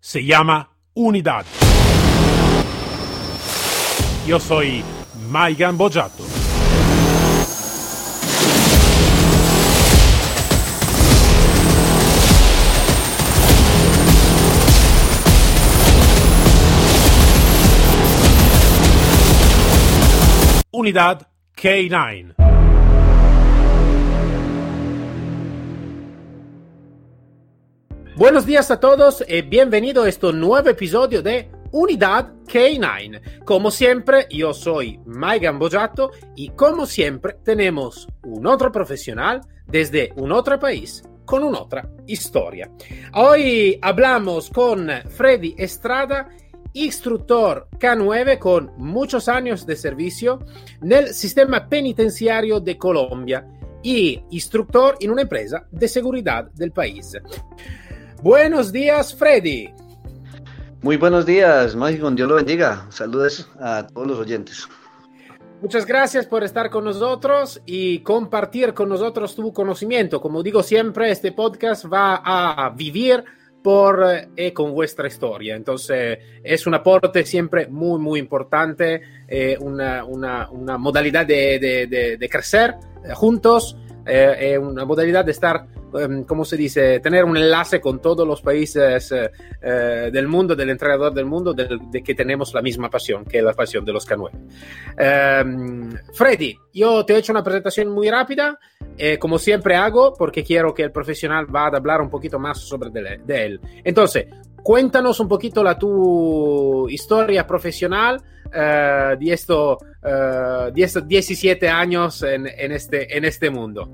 se llama Unidad. Yo soy Maigan Bojato. Unidad K9. Buenos días a todos y bienvenido a este nuevo episodio de Unidad K9. Como siempre, yo soy Maigan Bojato y como siempre tenemos un otro profesional desde un otro país con una otra historia. Hoy hablamos con Freddy Estrada, instructor K9 con muchos años de servicio en el sistema penitenciario de Colombia y instructor en una empresa de seguridad del país. Buenos días, Freddy. Muy buenos días, Mágico, Dios lo bendiga. Saludos a todos los oyentes. Muchas gracias por estar con nosotros y compartir con nosotros tu conocimiento. Como digo siempre, este podcast va a vivir con vuestra historia. Entonces, es un aporte siempre muy importante, una modalidad de crecer juntos, una modalidad de estar, ¿cómo se dice? Tener un enlace con todos los países del mundo, del entrenador del mundo, de que tenemos la misma pasión, que es la pasión de los K9. Freddy, yo te he hecho una presentación muy rápida, como siempre hago, porque quiero que el profesional va a hablar un poquito más sobre de él. Entonces, cuéntanos un poquito tu historia profesional de estos 17 años en este mundo.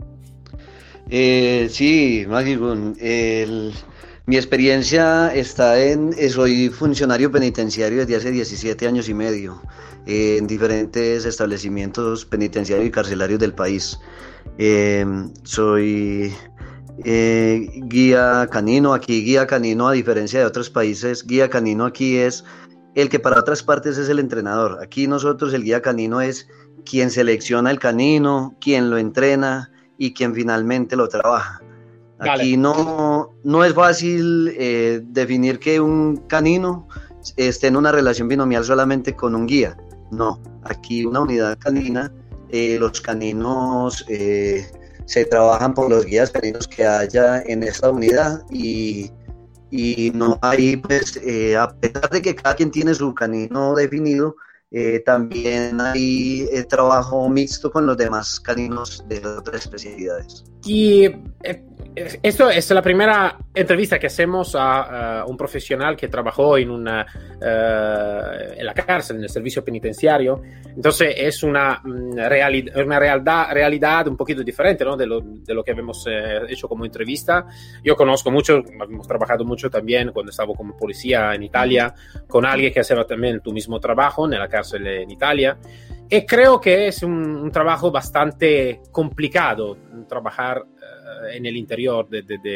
Sí, Mágico, mi experiencia está soy funcionario penitenciario desde hace 17 años y medio en diferentes establecimientos penitenciarios y carcelarios del país. Soy guía canino. Aquí guía canino, a diferencia de otros países, guía canino aquí es el que para otras partes es el entrenador. Aquí nosotros el guía canino es quien selecciona el canino, quien lo entrena y quien finalmente lo trabaja. Aquí no es fácil definir que un canino esté en una relación binomial solamente con un guía. No, aquí una unidad canina, los caninos se trabajan por los guías caninos que haya en esta unidad y no hay, pues, a pesar de que cada quien tiene su canino definido, también hay trabajo mixto con los demás caninos de otras especialidades. Y esto es la primera entrevista que hacemos a un profesional que trabajó en la cárcel, en el servicio penitenciario. Entonces es una realidad un poquito diferente, ¿no? de lo que hemos hecho como entrevista. Yo conozco mucho, hemos trabajado mucho también cuando estaba como policía en Italia, con alguien que hacía también tu mismo trabajo en la cárcel en Italia. Y creo que es un trabajo bastante complicado trabajar en el interior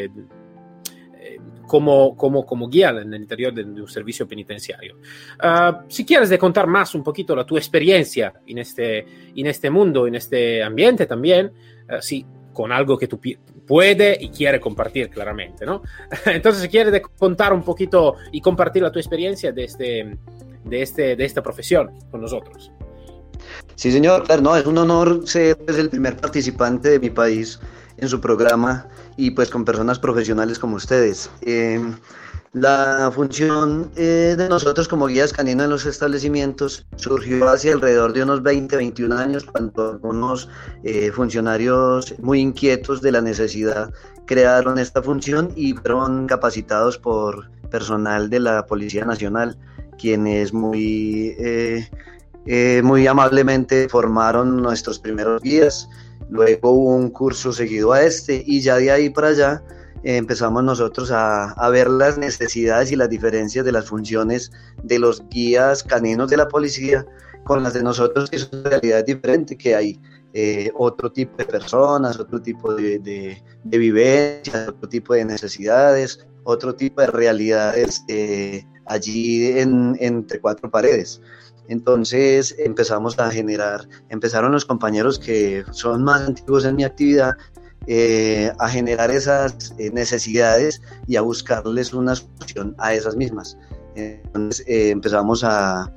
como guía en el interior de un servicio penitenciario. Si quieres de contar más un poquito tu experiencia en este mundo, en este ambiente también, sí, con algo que tú puedes y quieres compartir claramente, ¿no? Entonces, si quieres de contar un poquito y compartir tu experiencia de esta profesión con nosotros. Sí, señor, claro, no, es un honor ser el primer participante de mi país en su programa y pues con personas profesionales como ustedes. La función de nosotros como guías caninos en los establecimientos surgió hacia alrededor de unos 20-21 años, cuando algunos funcionarios muy inquietos de la necesidad crearon esta función y fueron capacitados por personal de la Policía Nacional, quienes muy amablemente formaron nuestros primeros guías. Luego hubo un curso seguido a y ya de ahí para allá empezamos nosotros a ver las necesidades y las diferencias de las funciones de los guías caninos de la policía con las de nosotros, que es una realidad diferente, que hay otro tipo de personas, otro tipo de vivencias, otro tipo de necesidades, otro tipo de realidades allí entre cuatro paredes. Entonces empezaron los compañeros que son más antiguos en mi actividad a generar esas necesidades y a buscarles una solución a esas mismas. Entonces empezamos a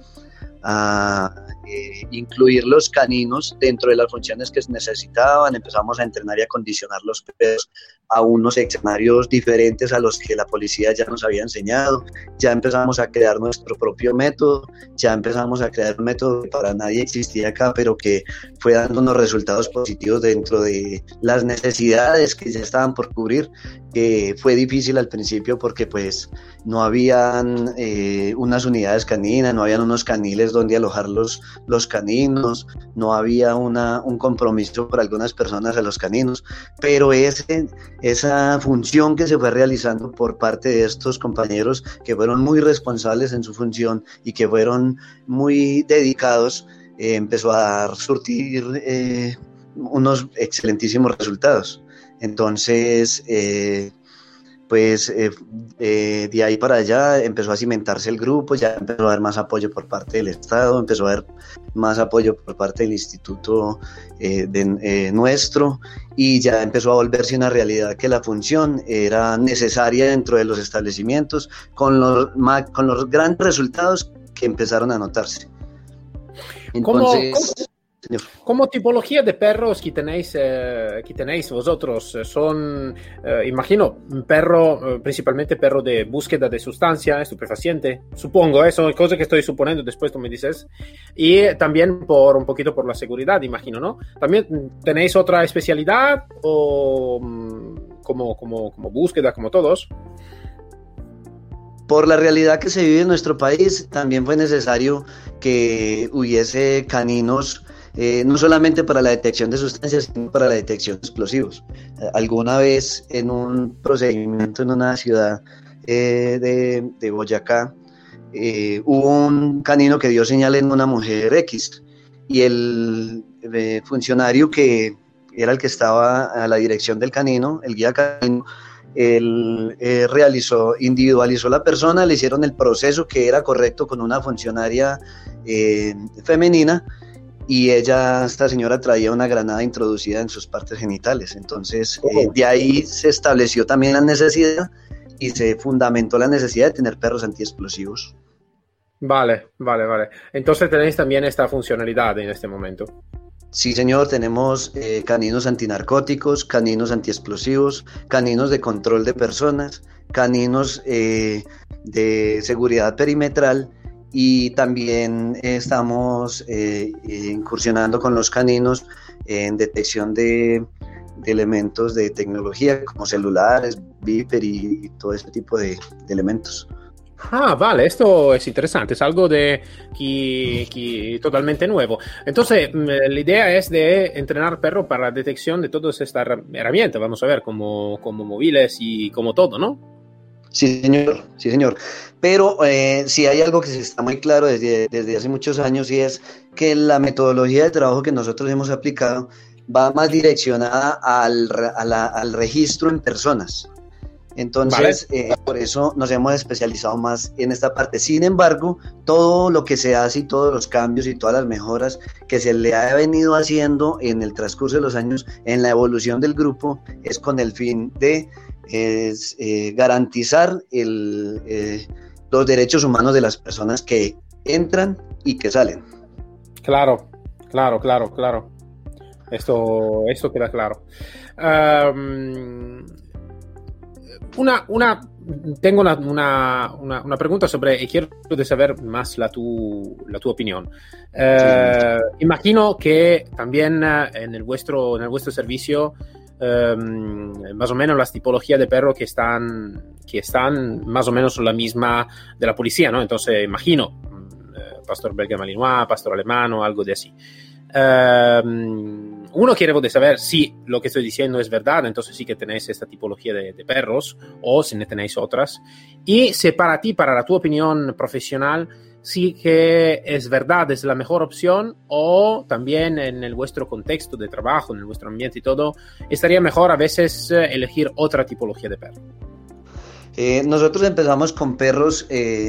incluir los caninos dentro de las funciones que se necesitaban, empezamos a entrenar y a condicionar los perros a unos escenarios diferentes a los que la policía ya nos había enseñado, ya empezamos a crear nuestro propio método, ya empezamos a crear un método que para nadie existía acá, pero que fue dando unos resultados positivos dentro de las necesidades que ya estaban por cubrir, que fue difícil al principio porque pues no habían unas unidades caninas, no habían unos caniles donde alojar los caninos, no había un compromiso por algunas personas a los caninos, pero esa función que se fue realizando por parte de estos compañeros que fueron muy responsables en su función y que fueron muy dedicados, empezó a surtir unos excelentísimos resultados. Entonces, de ahí para allá empezó a cimentarse el grupo, ya empezó a haber más apoyo por parte del Estado, empezó a haber más apoyo por parte del instituto nuestro, y ya empezó a volverse una realidad que la función era necesaria dentro de los establecimientos, con los grandes resultados que empezaron a notarse. Entonces, ¿Cómo tipología de perros que tenéis vosotros? Son, imagino, un perro, principalmente perro de búsqueda de sustancia estupefaciente, supongo, son cosas que estoy suponiendo, después tú me dices, y también un poquito por la seguridad, imagino, ¿no? ¿También tenéis otra especialidad o como búsqueda, como todos? Por la realidad que se vive en nuestro país, también fue necesario que hubiese caninos, no solamente para la detección de sustancias, sino para la detección de explosivos. Alguna vez en un procedimiento en una ciudad de Boyacá, hubo un canino que dio señal en una mujer X, y el funcionario que era el que estaba a la dirección del canino, el guía canino, él individualizó la persona, le hicieron el proceso que era correcto con una funcionaria femenina, y esta señora traía una granada introducida en sus partes genitales. Entonces, de ahí se estableció también la necesidad y se fundamentó la necesidad de tener perros antiexplosivos. Vale. Entonces tenéis también esta funcionalidad en este momento. Sí, señor, tenemos caninos antinarcóticos, caninos antiexplosivos, caninos de control de personas, caninos de seguridad perimetral, y también estamos incursionando con los caninos en detección de elementos de tecnología como celulares, Viper y todo este tipo de elementos. Ah, vale, esto es interesante, es algo totalmente nuevo. Entonces, la idea es de entrenar perro para la detección de todas estas herramientas, vamos a ver, como móviles y como todo, ¿no? Sí, señor. Pero sí hay algo que se está muy claro desde hace muchos años, y es que la metodología de trabajo que nosotros hemos aplicado va más direccionada al registro en personas. Entonces, vale. Por eso nos hemos especializado más en esta parte. Sin embargo, todo lo que se hace y todos los cambios y todas las mejoras que se le ha venido haciendo en el transcurso de los años en la evolución del grupo es con el fin de garantizar los derechos humanos de las personas que entran y que salen. Claro. Esto queda claro. Tengo una pregunta sobre, y quiero saber más la tu opinión. Imagino que también en el vuestro servicio, más o menos las tipologías de perro que están más o menos la misma de la policía, ¿no? Entonces imagino pastor belga malinois, pastor alemán o algo de así. Uno quiere saber si lo que estoy diciendo es verdad, entonces sí que tenéis esta tipología de perros, o si no tenéis otras, y si para ti, para la tu opinión profesional, sí que es verdad, es la mejor opción, o también en el vuestro contexto de trabajo, en el vuestro ambiente y todo, estaría mejor a veces elegir otra tipología de perro. Nosotros empezamos con perros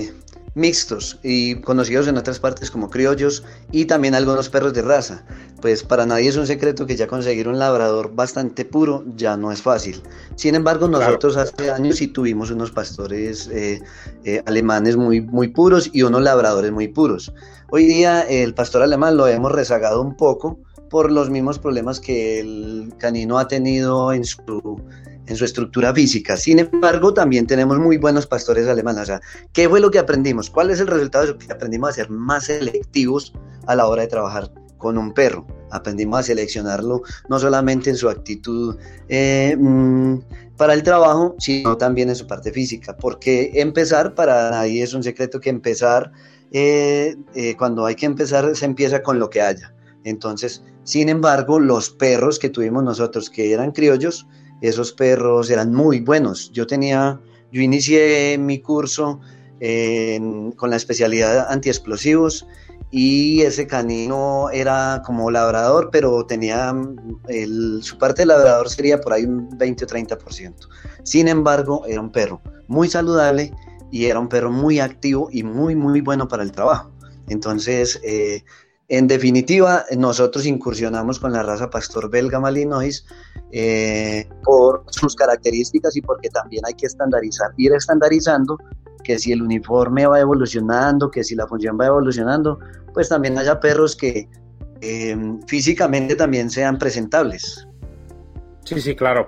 mixtos y conocidos en otras partes como criollos y también algunos perros de raza. Pues para nadie es un secreto que ya conseguir un labrador bastante puro ya no es fácil. Sin embargo, nosotros hace años sí tuvimos unos pastores alemanes muy, muy puros y unos labradores muy puros. Hoy día el pastor alemán lo hemos rezagado un poco por los mismos problemas que el canino ha tenido en su estructura física. Sin embargo, también tenemos muy buenos pastores alemanes. O sea, ¿qué fue lo que aprendimos? ¿Cuál es el resultado de eso? Que aprendimos a ser más selectivos a la hora de trabajar con un perro. Aprendimos a seleccionarlo no solamente en su actitud para el trabajo, sino también en su parte física. Porque empezar, para nadie es un secreto que empezar, cuando hay que empezar, se empieza con lo que haya. Entonces, sin embargo, los perros que tuvimos nosotros, que eran criollos, esos perros eran muy buenos. Yo inicié mi curso con la especialidad antiexplosivos y ese canino era como labrador, pero tenía su parte de labrador sería por ahí un 20 o 30%. Sin embargo, era un perro muy saludable y era un perro muy activo y muy, muy bueno para el trabajo. Entonces, en definitiva, nosotros incursionamos con la raza pastor belga malinois por sus características y porque también hay que ir estandarizando, que si el uniforme va evolucionando, que si la función va evolucionando, pues también haya perros que físicamente también sean presentables. Sí, claro.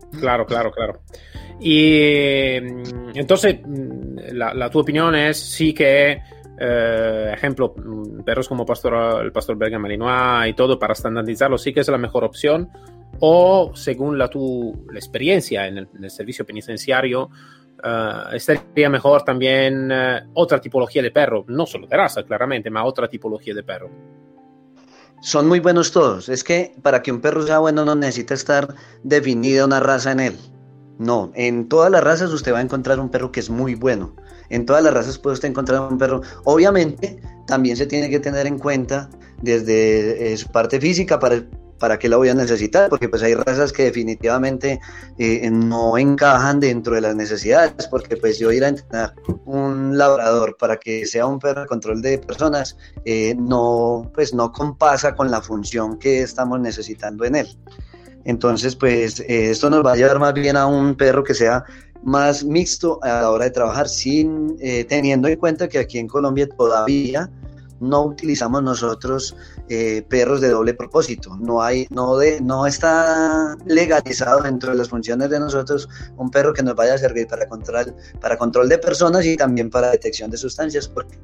Y entonces, la tu opinión es sí que ejemplo, perros como el pastor belga malinois y todo, para estandarizarlo sí que es la mejor opción, o según la experiencia en el servicio penitenciario, estaría mejor también otra tipología de perro, no solo de raza claramente, pero otra tipología de perro. Son muy buenos todos. Es que para que un perro sea bueno no necesita estar definida una raza en él. No, en todas las razas usted va a encontrar un perro que es muy bueno. En todas las razas puede usted encontrar un perro. Obviamente, también se tiene que tener en cuenta desde su parte física para qué la voy a necesitar, porque pues hay razas que definitivamente no encajan dentro de las necesidades, porque pues yo ir a entrenar un labrador para que sea un perro de control de personas, no compasa con la función que estamos necesitando en él. Entonces, pues esto nos va a llevar más bien a un perro que sea más mixto a la hora de trabajar, teniendo en cuenta que aquí en Colombia todavía no utilizamos nosotros perros de doble propósito. No está legalizado dentro de las funciones de nosotros un perro que nos vaya a servir para control de personas y también para detección de sustancias, porque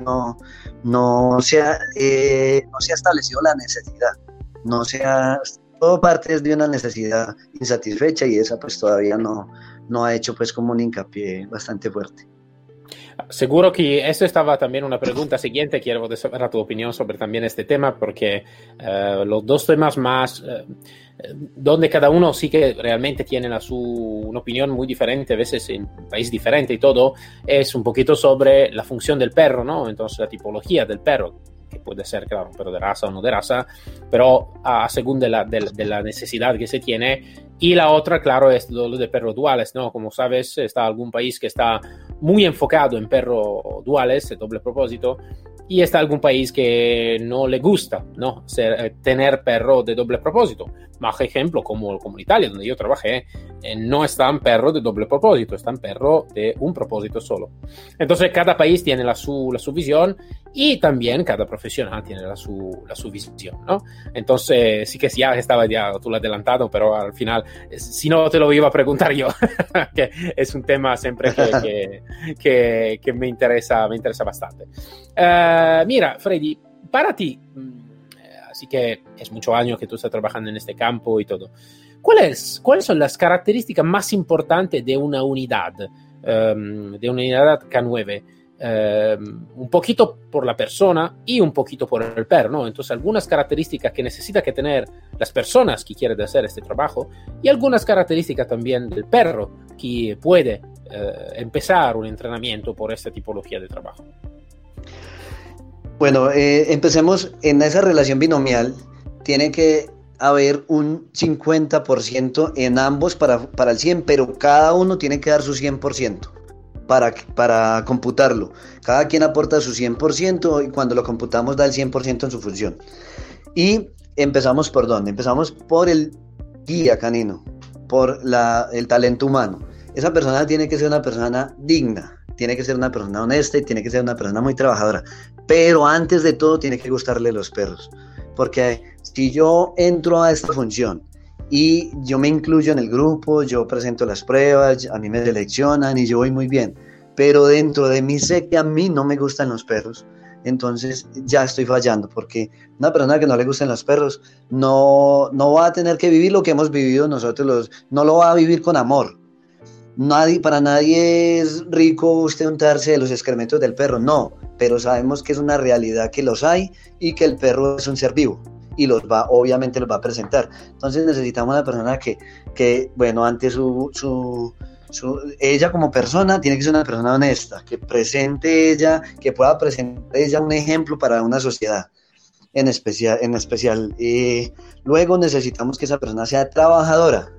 no se ha establecido la necesidad. Todo parte de una necesidad insatisfecha y esa pues todavía no ha hecho pues como un hincapié bastante fuerte. Seguro que esto estaba también una pregunta siguiente. Quiero saber tu opinión sobre también este tema, porque los dos temas más donde cada uno sí que realmente tiene una opinión muy diferente, a veces en un país diferente y todo, es un poquito sobre la función del perro, ¿no? Entonces la tipología del perro, que puede ser, claro, un perro de raza o no de raza, pero según de la necesidad que se tiene. Y la otra, claro, es lo de perros duales, ¿no? Como sabes, está algún país que está muy enfocado en perros duales, de doble propósito, y está algún país que no le gusta, ¿no? Tener perro de doble propósito. Más ejemplo, como Italia, donde yo trabajé, no están perros de doble propósito, están perros de un propósito solo. Entonces, cada país tiene la su visión y también cada profesional tiene la su visión, ¿no? Entonces, sí que ya tú lo has adelantado, pero al final, si no, te lo iba a preguntar yo, que es un tema siempre que me interesa bastante. Mira, Freddy, para ti, así que es muchos años que tú estás trabajando en este campo y todo, ¿cuáles son las características más importantes de una unidad K9? Un poquito por la persona y un poquito por el perro, ¿no? Entonces, algunas características que necesita que tener las personas que quieren hacer este trabajo y algunas características también del perro que puede empezar un entrenamiento por esta tipología de trabajo. Bueno, empecemos en esa relación binomial. Tiene que haber un 50% en ambos para el 100%, pero cada uno tiene que dar su 100%. para computarlo. Cada quien aporta su 100% y cuando lo computamos da el 100% en su función. Y empezamos ¿por dónde? Empezamos por el guía canino, por el talento humano. Esa persona tiene que ser una persona digna, tiene que ser una persona honesta y tiene que ser una persona muy trabajadora. Pero antes de todo tiene que gustarle los perros. Porque si yo entro a esta función y yo me incluyo en el grupo, yo presento las pruebas, a mí me seleccionan y yo voy muy bien, pero dentro de mí sé que a mí no me gustan los perros, entonces ya estoy fallando, porque una persona que no le gustan los perros no va a tener que vivir lo que hemos vivido nosotros, no lo va a vivir con amor. Para nadie es rico usted untarse de los excrementos del perro, no, pero sabemos que es una realidad que los hay y que el perro es un ser vivo y obviamente los va a presentar. Entonces necesitamos una persona que bueno, ante ella como persona tiene que ser una persona honesta, que pueda presentar ella un ejemplo para una sociedad en especial. Luego necesitamos que esa persona sea trabajadora.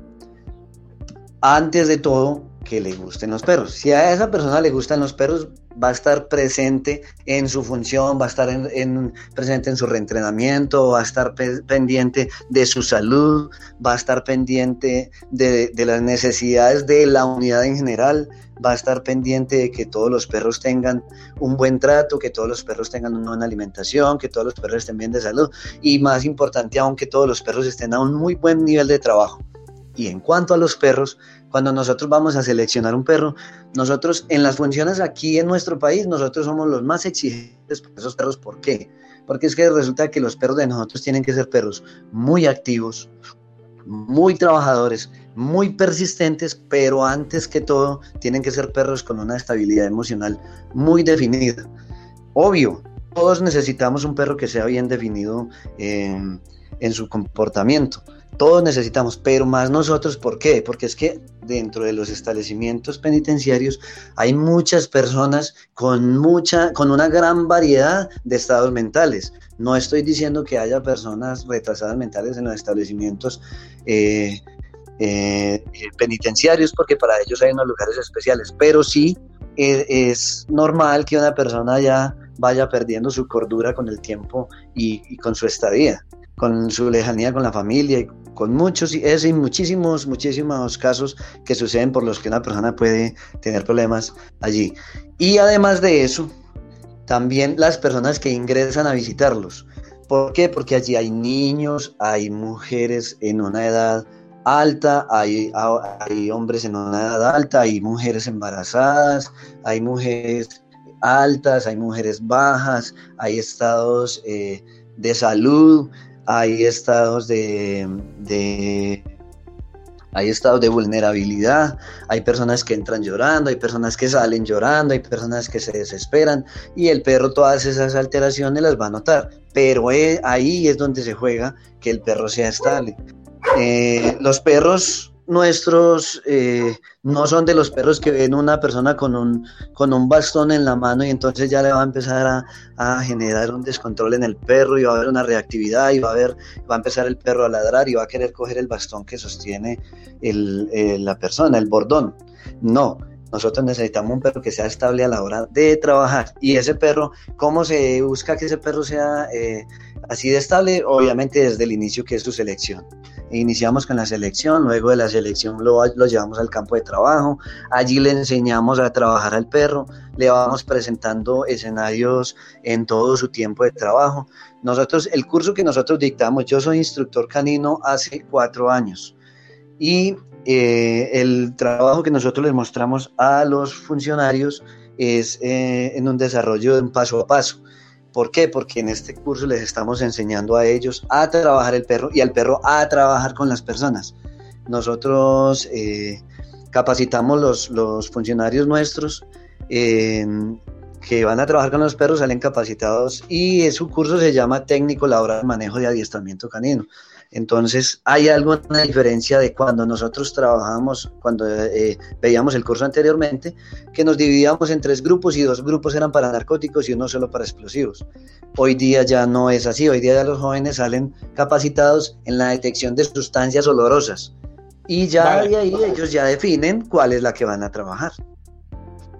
Antes de todo, que le gusten los perros. Si a esa persona le gustan los perros, va a estar presente en su función, va a estar presente en su reentrenamiento, va a estar pendiente de su salud, va a estar pendiente de las necesidades de la unidad en general, va a estar pendiente de que todos los perros tengan un buen trato, que todos los perros tengan una buena alimentación, que todos los perros estén bien de salud y más importante aún, que todos los perros estén a un muy buen nivel de trabajo. Y en cuanto a los perros, cuando nosotros vamos a seleccionar un perro, nosotros en las funciones aquí en nuestro país, nosotros somos los más exigentes por esos perros. ¿Por qué? Porque es que resulta que los perros de nosotros tienen que ser perros muy activos, muy trabajadores, muy persistentes, pero antes que todo tienen que ser perros con una estabilidad emocional muy definida. Obvio, todos necesitamos un perro que sea bien definido en su comportamiento. Todos necesitamos, pero más nosotros. ¿Por qué? Porque es que dentro de los establecimientos penitenciarios hay muchas personas con una gran variedad de estados mentales. No estoy diciendo que haya personas retrasadas mentales en los establecimientos penitenciarios, porque para ellos hay unos lugares especiales, pero sí es normal que una persona ya vaya perdiendo su cordura con el tiempo y con su estadía, con su lejanía con la familia y con muchísimos casos que suceden por los que una persona puede tener problemas allí. Y además de eso, también las personas que ingresan a visitarlos. ¿Por qué? Porque allí hay niños, hay mujeres en una edad alta, hay hombres en una edad alta, hay mujeres embarazadas, hay mujeres altas, hay mujeres bajas, hay estados de salud, hay estados de vulnerabilidad, hay personas que entran llorando, hay personas que salen llorando, hay personas que se desesperan y el perro todas esas alteraciones las va a notar, pero ahí es donde se juega que el perro sea estable. Los perros nuestros no son de los perros que ven una persona con un bastón en la mano y entonces ya le va a empezar a generar un descontrol en el perro y va a haber una reactividad y va a empezar el perro a ladrar y va a querer coger el bastón que sostiene la persona, el bordón. No, nosotros necesitamos un perro que sea estable a la hora de trabajar. Y ese perro, ¿cómo se busca que ese perro sea así de estable? Obviamente desde el inicio, que es su selección. Iniciamos con la selección, luego de la selección lo llevamos al campo de trabajo, allí le enseñamos a trabajar al perro, le vamos presentando escenarios en todo su tiempo de trabajo. El curso que nosotros dictamos, yo soy instructor canino hace 4 años y el trabajo que nosotros les mostramos a los funcionarios es en un desarrollo de un paso a paso. ¿Por qué? Porque en este curso les estamos enseñando a ellos a trabajar el perro y al perro a trabajar con las personas. Nosotros capacitamos los funcionarios nuestros que van a trabajar con los perros, salen capacitados y su curso se llama Técnico Laboral Manejo de Adiestramiento Canino. Entonces hay alguna diferencia de cuando nosotros trabajábamos, cuando veíamos el curso anteriormente, que nos dividíamos en 3 grupos y 2 grupos eran para narcóticos y 1 solo para explosivos. Hoy día ya no es así, hoy día ya los jóvenes salen capacitados en la detección de sustancias olorosas y ya de ahí ellos ya definen cuál es la que van a trabajar.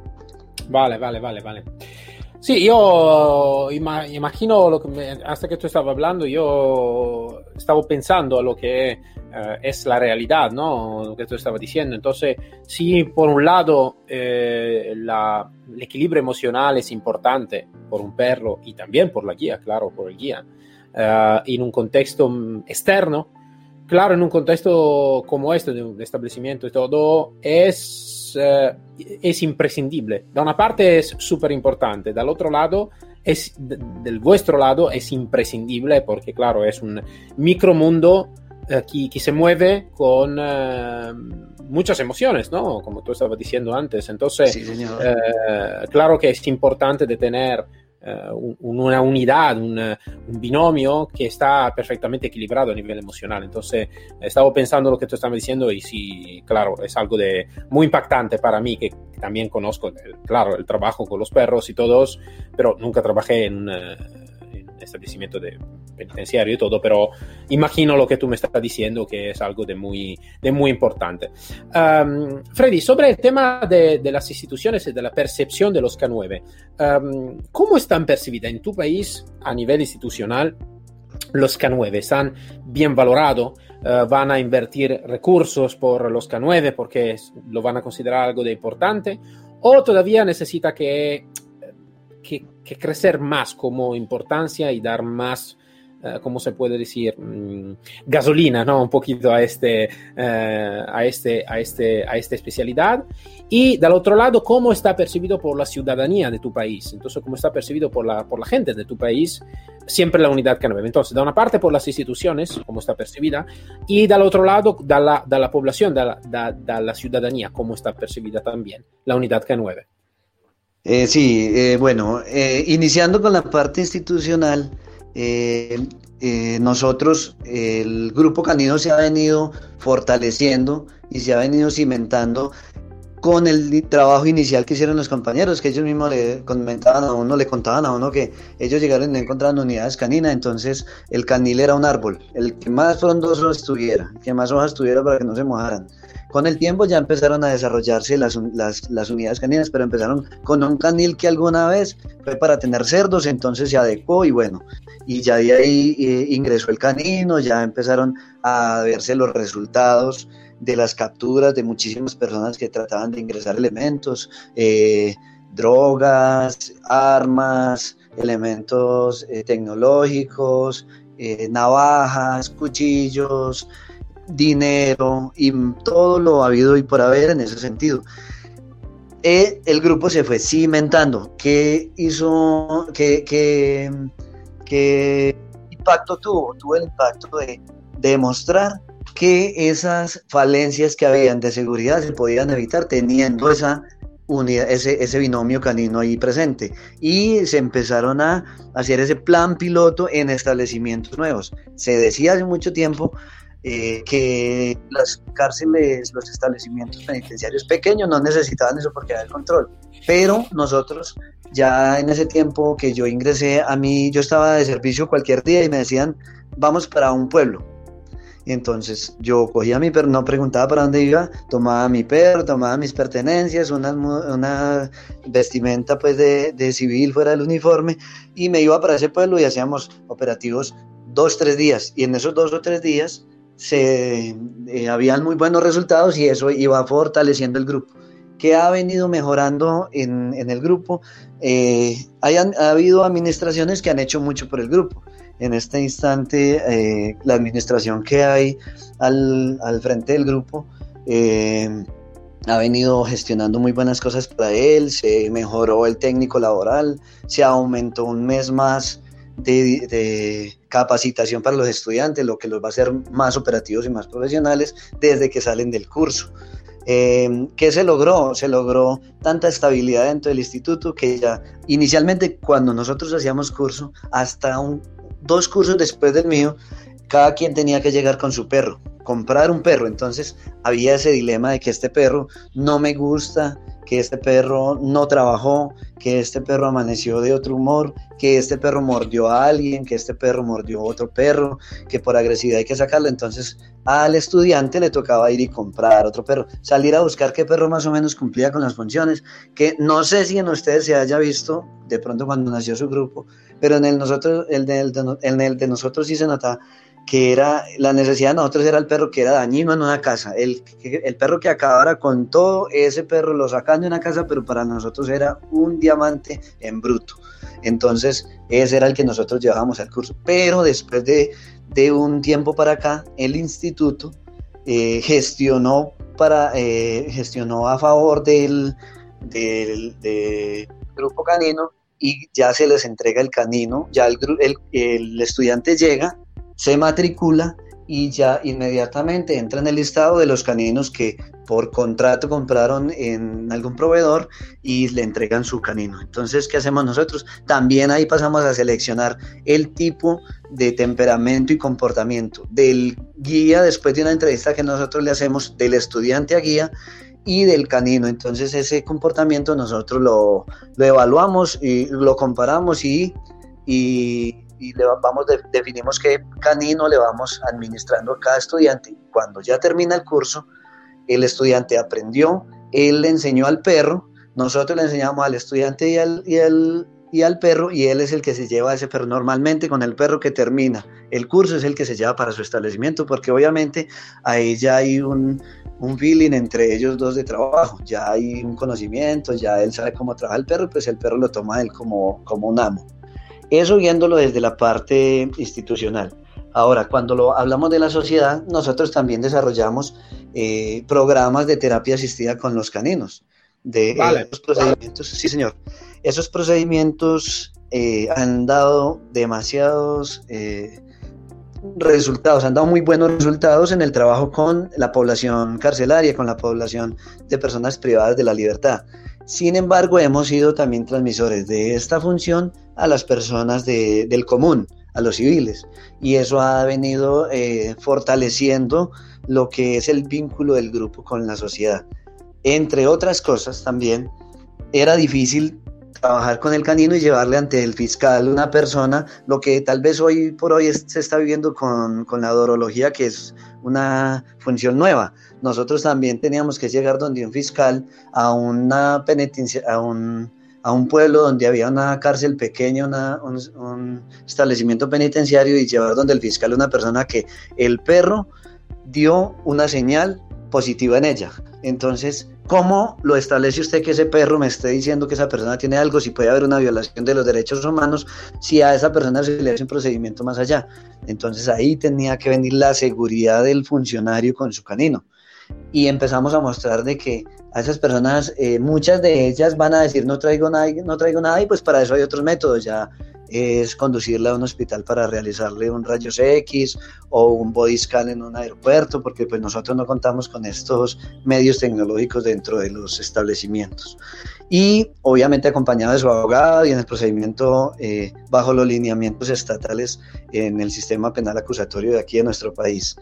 Vale. Sí, yo imagino hasta que tú estabas hablando, yo estaba pensando a lo que es la realidad, ¿no? Lo que tú estabas diciendo. Entonces, sí, por un lado, el equilibrio emocional es importante por un perro y también por la guía, claro, por el guía. En un contexto externo, claro, en un contexto como este, de un establecimiento y todo, es imprescindible. Da una parte es súper importante, del otro lado, del vuestro lado, es imprescindible porque, claro, es un micromundo que se mueve con muchas emociones, ¿no? Como tú estabas diciendo antes. Entonces, Sí, señor. Claro que es importante de tener una unidad, un binomio que está perfectamente equilibrado a nivel emocional. Entonces, estaba pensando lo que tú estabas diciendo y sí, claro, es algo muy impactante para mí, que también conozco, claro, el trabajo con los perros y todos, pero nunca trabajé en un establecimiento penitenciario y todo, pero imagino lo que tú me estás diciendo, que es algo de muy importante. Freddy, sobre el tema de las instituciones y de la percepción de los K9, ¿cómo están percibidas en tu país a nivel institucional los K9? ¿Están bien valorados? ¿Van a invertir recursos por los K9 porque lo van a considerar algo de importante? ¿O todavía necesita que crecer más como importancia y dar más, ¿cómo se puede decir? Gasolina, ¿no? Un poquito a esta especialidad. Y del otro lado, ¿cómo está percibido por la ciudadanía de tu país? Entonces, ¿cómo está percibido por la gente de tu país? Siempre la unidad K9. Entonces, de una parte por las instituciones, ¿cómo está percibida? Y del otro lado, de la población, de la ciudadanía, ¿cómo está percibida también la unidad K9? Bueno, iniciando con la parte institucional, nosotros, el grupo canino se ha venido fortaleciendo y se ha venido cimentando con el trabajo inicial que hicieron los compañeros, que ellos mismos le contaban a uno que ellos llegaron y no encontraban unidades caninas. Entonces el canil era un árbol, el que más frondoso estuviera, el que más hojas tuviera para que no se mojaran. Con el tiempo ya empezaron a desarrollarse las unidades caninas, pero empezaron con un canil que alguna vez fue para tener cerdos, entonces se adecuó y bueno, y ya de ahí ingresó el canino, ya empezaron a verse los resultados de las capturas de muchísimas personas que trataban de ingresar elementos, drogas, armas, elementos tecnológicos, navajas, cuchillos, dinero y todo lo habido y por haber en ese sentido. El grupo se fue cimentando. ¿Qué hizo? ¿Qué impacto tuvo? Tuvo el impacto de demostrar que esas falencias que habían de seguridad se podían evitar teniendo esa unidad, ese binomio canino ahí presente, y se empezaron a hacer ese plan piloto en establecimientos nuevos. Se decía hace mucho tiempo que las cárceles, los establecimientos penitenciarios pequeños no necesitaban eso porque había el control, pero nosotros ya en ese tiempo que yo ingresé, yo estaba de servicio cualquier día y me decían vamos para un pueblo. Entonces yo cogía mi perro, no preguntaba para dónde iba, tomaba mi perro, tomaba mis pertenencias, una vestimenta pues de civil fuera del uniforme, y me iba para ese pueblo y hacíamos operativos 2-3 días, y en esos 2 o 3 días habían muy buenos resultados y eso iba fortaleciendo el grupo. ¿Qué ha venido mejorando en el grupo? Ha habido administraciones que han hecho mucho por el grupo. En este instante, la administración que hay al frente del grupo ha venido gestionando muy buenas cosas para él. Se mejoró el técnico laboral, se aumentó un mes más de capacitación para los estudiantes, lo que los va a hacer más operativos y más profesionales desde que salen del curso. ¿Qué se logró? Se logró tanta estabilidad dentro del instituto que ya inicialmente, cuando nosotros hacíamos curso, hasta 2 cursos después del mío, cada quien tenía que llegar con su perro, comprar un perro. Entonces había ese dilema de que este perro no me gusta, que este perro no trabajó, que este perro amaneció de otro humor, que este perro mordió a alguien, que este perro mordió a otro perro, que por agresividad hay que sacarlo. Entonces al estudiante le tocaba ir y comprar otro perro, salir a buscar qué perro más o menos cumplía con las funciones, que no sé si en ustedes se haya visto de pronto cuando nació su grupo, pero en el de nosotros sí se notaba que era la necesidad de nosotros, era el perro que era dañino en una casa, el perro que acabara con todo, ese perro lo sacan de una casa, pero para nosotros era un diamante en bruto. Entonces ese era el que nosotros llevábamos al curso, pero después de un tiempo para acá, el instituto gestionó a favor del grupo canino, y ya se les entrega el canino, ya el estudiante llega, se matricula y ya inmediatamente entra en el listado de los caninos que por contrato compraron en algún proveedor y le entregan su canino. Entonces, ¿qué hacemos nosotros? También ahí pasamos a seleccionar el tipo de temperamento y comportamiento del guía después de una entrevista que nosotros le hacemos del estudiante a guía y del canino. Entonces ese comportamiento nosotros lo evaluamos y lo comparamos y definimos qué canino le vamos administrando a cada estudiante. Cuando ya termina el curso, el estudiante aprendió, él le enseñó al perro, nosotros le enseñamos al estudiante y al perro, y él es el que se lleva a ese perro. Normalmente con el perro que termina el curso es el que se lleva para su establecimiento, porque obviamente ahí ya hay un feeling entre ellos dos de trabajo, ya hay un conocimiento, ya él sabe cómo trabaja el perro, pues el perro lo toma él como un amo. Eso viéndolo desde la parte institucional. Ahora, cuando hablamos de la sociedad, nosotros también desarrollamos programas de terapia asistida con los caninos. Esos procedimientos, sí señor, esos procedimientos han dado demasiados resultados, han dado muy buenos resultados en el trabajo con la población carcelaria, con la población de personas privadas de la libertad. Sin embargo, hemos sido también transmisores de esta función a las personas del común, a los civiles, y eso ha venido fortaleciendo lo que es el vínculo del grupo con la sociedad. Entre otras cosas, también era difícil trabajar con el canino y llevarle ante el fiscal una persona, lo que tal vez hoy por hoy se está viviendo con la dorología, que es una función nueva. Nosotros también teníamos que llegar donde un fiscal a una penitencia, a un pueblo donde había una cárcel pequeña, un establecimiento penitenciario, y llevar donde el fiscal una persona que el perro dio una señal positiva en ella. Entonces, ¿cómo lo establece usted que ese perro me esté diciendo que esa persona tiene algo, si puede haber una violación de los derechos humanos, si a esa persona se le hace un procedimiento más allá? Entonces ahí tenía que venir la seguridad del funcionario con su canino. Y empezamos a mostrar de que a esas personas, muchas de ellas van a decir no traigo nada, y pues para eso hay otros métodos, ya es conducirla a un hospital para realizarle un rayos X o un body scan en un aeropuerto, porque pues nosotros no contamos con estos medios tecnológicos dentro de los establecimientos, y obviamente acompañado de su abogado y en el procedimiento bajo los lineamientos estatales en el sistema penal acusatorio de aquí de nuestro país.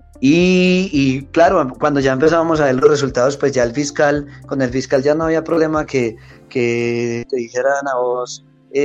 Y claro, cuando ya empezábamos a ver los resultados, pues ya con el fiscal ya no había problema que te dijeran a vos,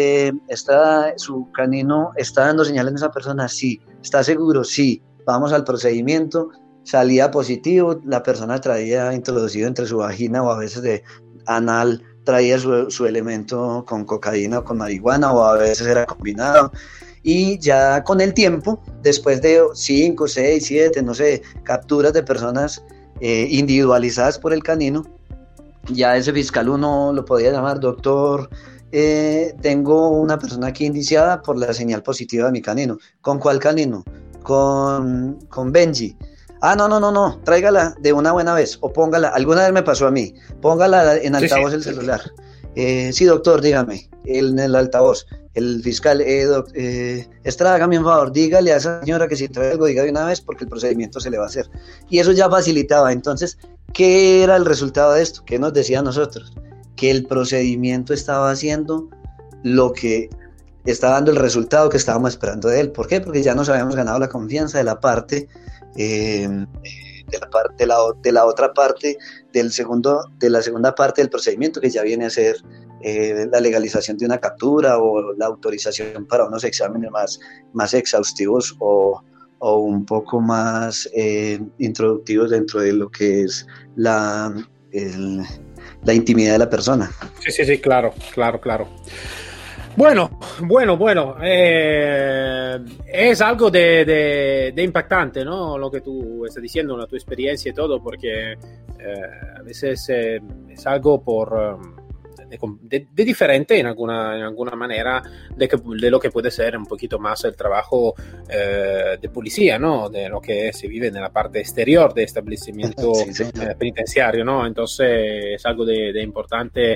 su canino está dando señales a esa persona, sí, ¿está seguro? Sí, vamos al procedimiento, salía positivo, la persona traía introducido entre su vagina o a veces de anal, traía su elemento con cocaína o con marihuana, o a veces era combinado. Y ya con el tiempo, después de 5, 6, 7, no sé, capturas de personas individualizadas por el canino, ya ese fiscal uno lo podía llamar: doctor, tengo una persona aquí indiciada por la señal positiva de mi canino. ¿Con cuál canino? Con Benji. Ah, no, tráigala de una buena vez, o póngala, alguna vez me pasó a mí, póngala en altavoz el celular. Sí, doctor, dígame, en el altavoz. El fiscal, Estrada, hágame un favor, dígale a esa señora que si trae algo, diga de una vez, porque el procedimiento se le va a hacer. Y eso ya facilitaba. Entonces, ¿qué era el resultado de esto? ¿Qué nos decía a nosotros? Que el procedimiento estaba haciendo lo que estaba dando el resultado que estábamos esperando de él. ¿Por qué? Porque ya nos habíamos ganado la confianza de la parte de de la otra parte, de la segunda parte del procedimiento, que ya viene a ser la legalización de una captura o la autorización para unos exámenes más exhaustivos o un poco más introductivos dentro de lo que es la intimidad de la persona. Sí, claro. Bueno, es algo de impactante, ¿no? Lo que tú estás diciendo, la tu experiencia y todo, porque a veces es algo de diferente en alguna manera de lo que puede ser un poquito más el trabajo de policía, ¿no? De lo que se vive en la parte exterior de establecimiento penitenciario, ¿no? Entonces es algo de importante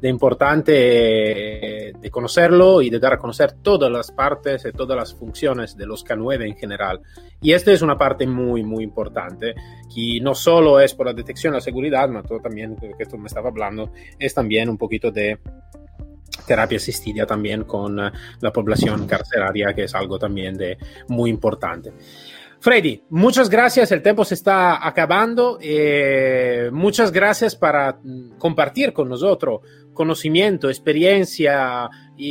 de conocerlo y de dar a conocer todas las partes y todas las funciones de los K9 en general. Y esta es una parte muy, muy importante, que no solo es por la detección y la seguridad, pero todo también, que tú me estabas hablando, es también un poquito de terapia asistida también con la población carceraria, que es algo también muy importante. Freddy, muchas gracias, el tiempo se está acabando. Muchas gracias para compartir con nosotros conocimiento, experiencia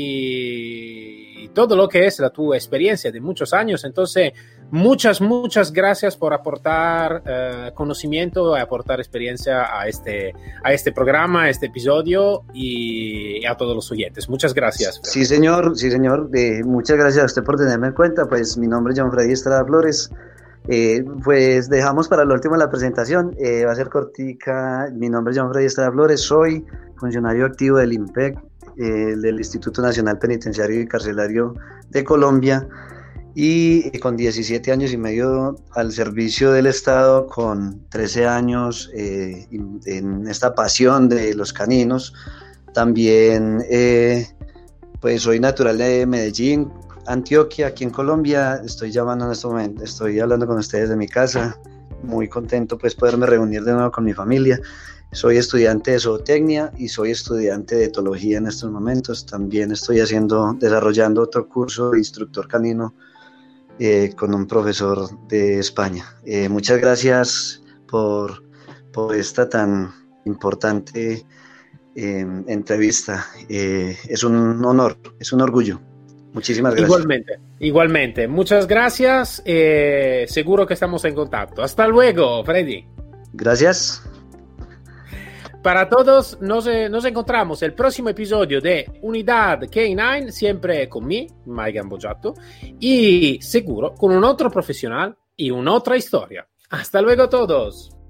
y todo lo que es tu experiencia de muchos años. Entonces, muchas gracias por aportar conocimiento, aportar experiencia a este programa, a este episodio y a todos los oyentes. Muchas gracias. Sí, señor. Muchas gracias a usted por tenerme en cuenta. Pues mi nombre es John Freddy Estrada Flores. Pues dejamos para lo último la presentación. Va a ser cortica. Mi nombre es John Freddy Estrada Flores. Soy funcionario activo del INPEC, del Instituto Nacional Penitenciario y Carcelario de Colombia, y con 17 años y medio al servicio del Estado, con 13 años en esta pasión de los caninos. También pues soy natural de Medellín, Antioquia, aquí en Colombia. Estoy llamando en este momento, estoy hablando con ustedes de mi casa, muy contento pues poderme reunir de nuevo con mi familia. Soy estudiante de zootecnia y soy estudiante de etología en estos momentos. También estoy desarrollando otro curso de instructor canino con un profesor de España. Muchas gracias por esta tan importante entrevista. Es un honor, es un orgullo. Muchísimas gracias. Igualmente. Muchas gracias. Seguro que estamos en contacto. Hasta luego, Freddy. Gracias. Para todos, nos encontramos el próximo episodio de Unidad K9, siempre con mí, Mike Gambogiatto, y seguro con un otro profesional y una otra historia. Hasta luego todos.